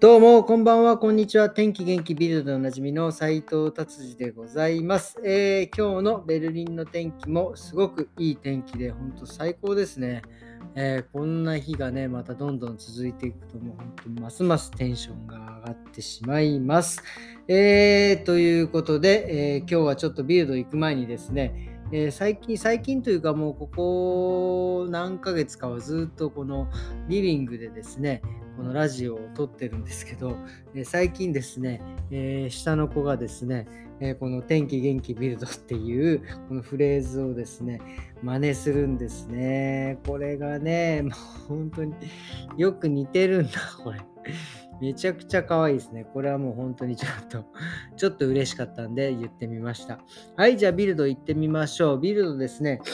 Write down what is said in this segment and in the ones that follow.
どうも、こんばんは、こんにちは。天気元気ビルドでおなじみの斉藤達治でございます。今日のベルリンの天気もすごくいい天気で、本当最高ですね。こんな日がね、またどんどん続いていくと、もう本当にますますテンションが上がってしまいます。ということで、今日はちょっとビルド行く前にですね、最近というかもうここ何ヶ月かはずっとこのリビングでですね、このラジオを撮ってるんですけど、最近ですね、下の子がですね、この天気元気ビルドっていうこのフレーズをですね、真似するんですね。これがね、もう本当によく似てるんだ、これ。めちゃくちゃ可愛いですね。これはもう本当にちょっと嬉しかったんで言ってみました。はい、じゃあビルド行ってみましょう。ビルドですね。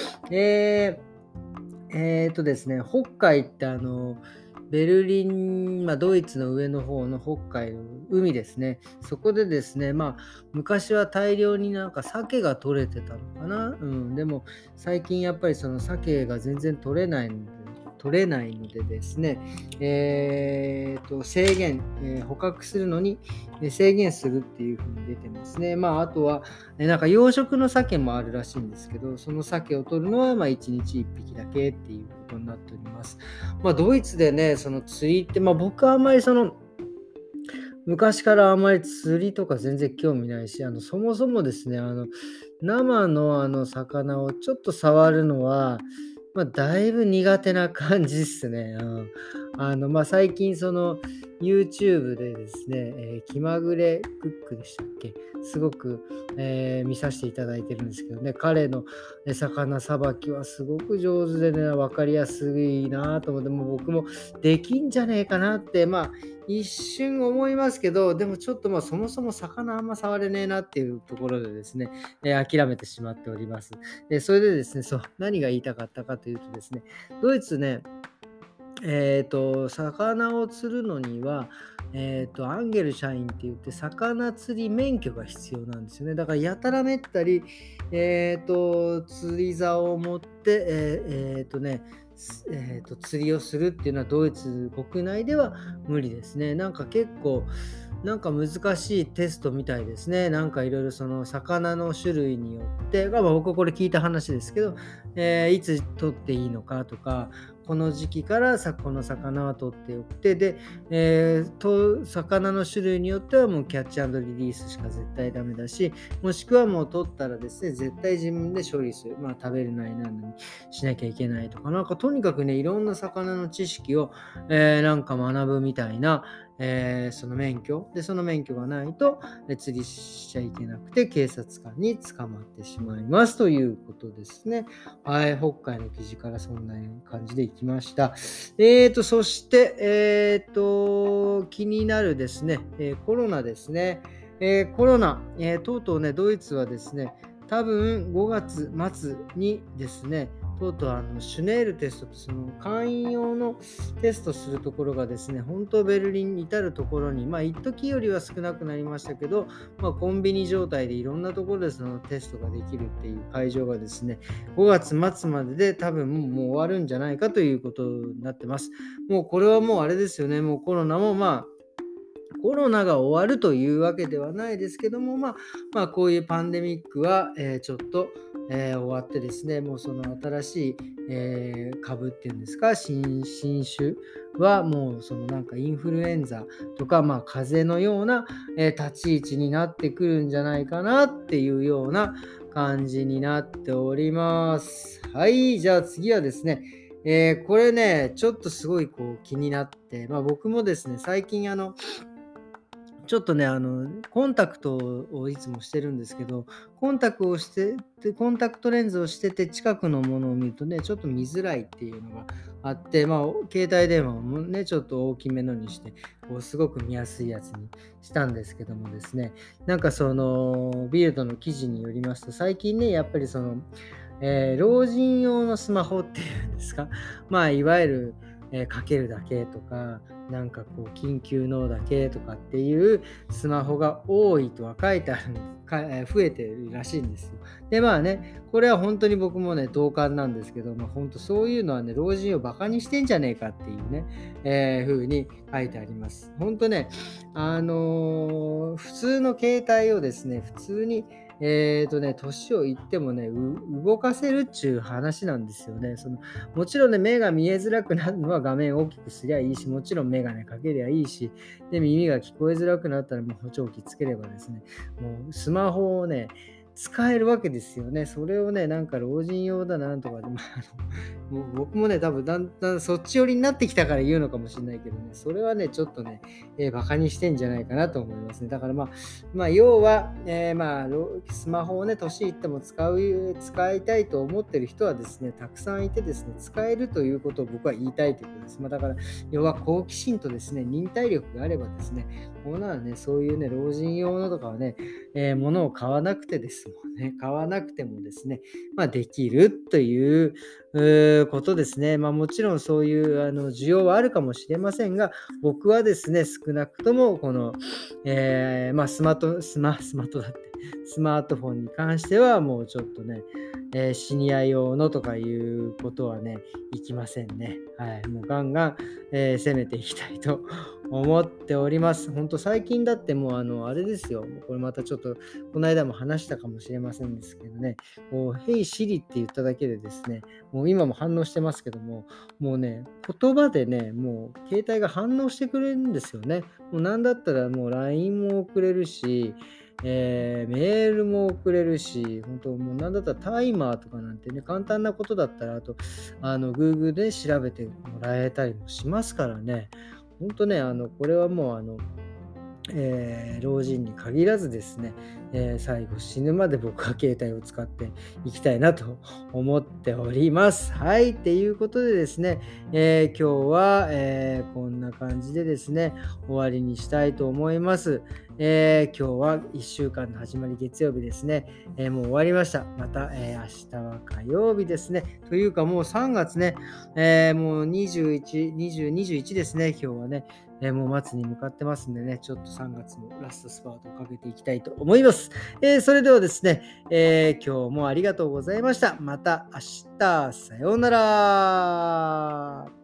ですね、北海ってベルリン、ドイツの上の方の北海の海ですね。そこでですね、昔は大量になんか鮭が取れてたのかな。でも最近やっぱりその鮭が全然取れないのでですね、制限、捕獲するのに制限するっていう風に出てますね。あとは、なんか養殖の鮭もあるらしいんですけど、その鮭を取るのは1日1匹だけっていうことになっております。ドイツでね、その釣りって、僕はあんまり昔からあんまり釣りとか全然興味ないし、そもそもですね、生の魚をちょっと触るのは、だいぶ苦手な感じっすね。最近YouTube でですね、気まぐれクックでしたっけ？すごく、見させていただいてるんですけどね、彼の魚さばきはすごく上手でね、分かりやすいなと思って、もう僕もできんじゃねえかなって、一瞬思いますけど、でもちょっとそもそも魚あんま触れねえなっていうところでですね、諦めてしまっております。それでですね、何が言いたかったかというとですね、ドイツね、魚を釣るのには、アンゲル社員って言って、魚釣り免許が必要なんですよね。だからやたらめったり、釣り竿を持って、釣りをするっていうのはドイツ国内では無理ですね。なんか結構なんか難しいテストみたいですね。なんかいろいろその魚の種類によって、僕これ聞いた話ですけど、いつ取っていいのかとか、この時期からこの魚は取ってよくて、で、魚の種類によってはもうキャッチ&リリースしか絶対ダメだし、もしくはもう取ったらですね、絶対自分で処理する。食べるなりなんなりしなきゃいけないとか、なんかとにかくね、いろんな魚の知識を、なんか学ぶみたいな、その免許がないと釣りしちゃいけなくて警察官に捕まってしまいますということですね。はい、北海の記事からそんな感じでいきました。そして、気になるですね、コロナですね。コロナ、とうとうね、ドイツはですね、多分5月末にですね、とうとうシュネールテストとその会員用のテストするところがですね、本当ベルリンに至るところに、一時よりは少なくなりましたけど、コンビニ状態でいろんなところでそのテストができるっていう会場がですね、5月末までで多分もう終わるんじゃないかということになってます。もうこれはもうあれですよね、もうコロナもコロナが終わるというわけではないですけども、こういうパンデミックは、ちょっと、終わってですね、もうその新しい、株っていうんですか、新種はもうそのなんかインフルエンザとか、風邪のような、立ち位置になってくるんじゃないかなっていうような感じになっております。はい、じゃあ次はですね、これね、ちょっとすごいこう気になって、僕もですね、最近ちょっとね、コンタクトをいつもしてるんですけど、コンタクトレンズをしてて近くのものを見るとね、ちょっと見づらいっていうのがあって、携帯電話もね、ちょっと大きめのにして、こうすごく見やすいやつにしたんですけどもですね、なんかそのビルドの記事によりますと、最近ね、やっぱりその、老人用のスマホっていうんですか、いわゆる、かけるだけとか、 なんかこう緊急のだけとかっていうスマホが多いとは書いてある増えてるらしいんですよ。でまあね、これは本当に僕もね同感なんですけど、本当そういうのはね、老人をバカにしてんじゃねえかっていうね、風に書いてあります。本当ね、普通の携帯をですね、普通に年をいってもね、動かせるっちゅう話なんですよね。もちろんね、目が見えづらくなるのは画面を大きくすりゃいいし、もちろんメガネかけりゃいいし、で、耳が聞こえづらくなったらもう補聴器つければですね、もうスマホをね、使えるわけですよね。それをね、なんか老人用だなんとかで、もう僕もね、多分だんだんそっち寄りになってきたから言うのかもしれないけどね、それはね、ちょっとね、バカにしてんじゃないかなと思いますね。だから要は、スマホをね、年いっても使いたいと思ってる人はですね、たくさんいてですね、使えるということを僕は言いたいということです。だから、要は好奇心とですね、忍耐力があればですね、こうならね、そういうね、老人用のとかはね、物を買わなくてですもんね、買わなくてもですね、できるということですね。もちろんそういう需要はあるかもしれませんが、僕はですね、少なくともこの、スマートだって、スマートフォンに関してはもうちょっとね、シニア用のとかいうことはね、いきませんね。はい。もうガンガン、攻めていきたいと思っております。本当最近だってもうあれですよ。これまたちょっとこの間も話したかもしれませんですけどね、もう Hey Siri って言っただけでですね、もう今も反応してますけども、もうね、言葉でね、もう携帯が反応してくれるんですよね。もうなんだったらもう LINE も送れるし、メールも送れるし、本当もうなんだったらタイマーとかなんてね、簡単なことだったら、あと、Google で調べてもらえたりもしますからね、本当ね、これはもう老人に限らずですね、最後死ぬまで僕は携帯を使っていきたいなと思っております。はい、っていうことでですね、今日は、こんな感じでですね、終わりにしたいと思います。今日は1週間の始まり月曜日ですね、もう終わりました。また、明日は火曜日ですね。というかもう3月ね、もう21、20、21ですね、今日はね。もう末に向かってますんでね、ちょっと3月のラストスパートをかけていきたいと思います。それではですね、今日もありがとうございました。また明日、さようなら。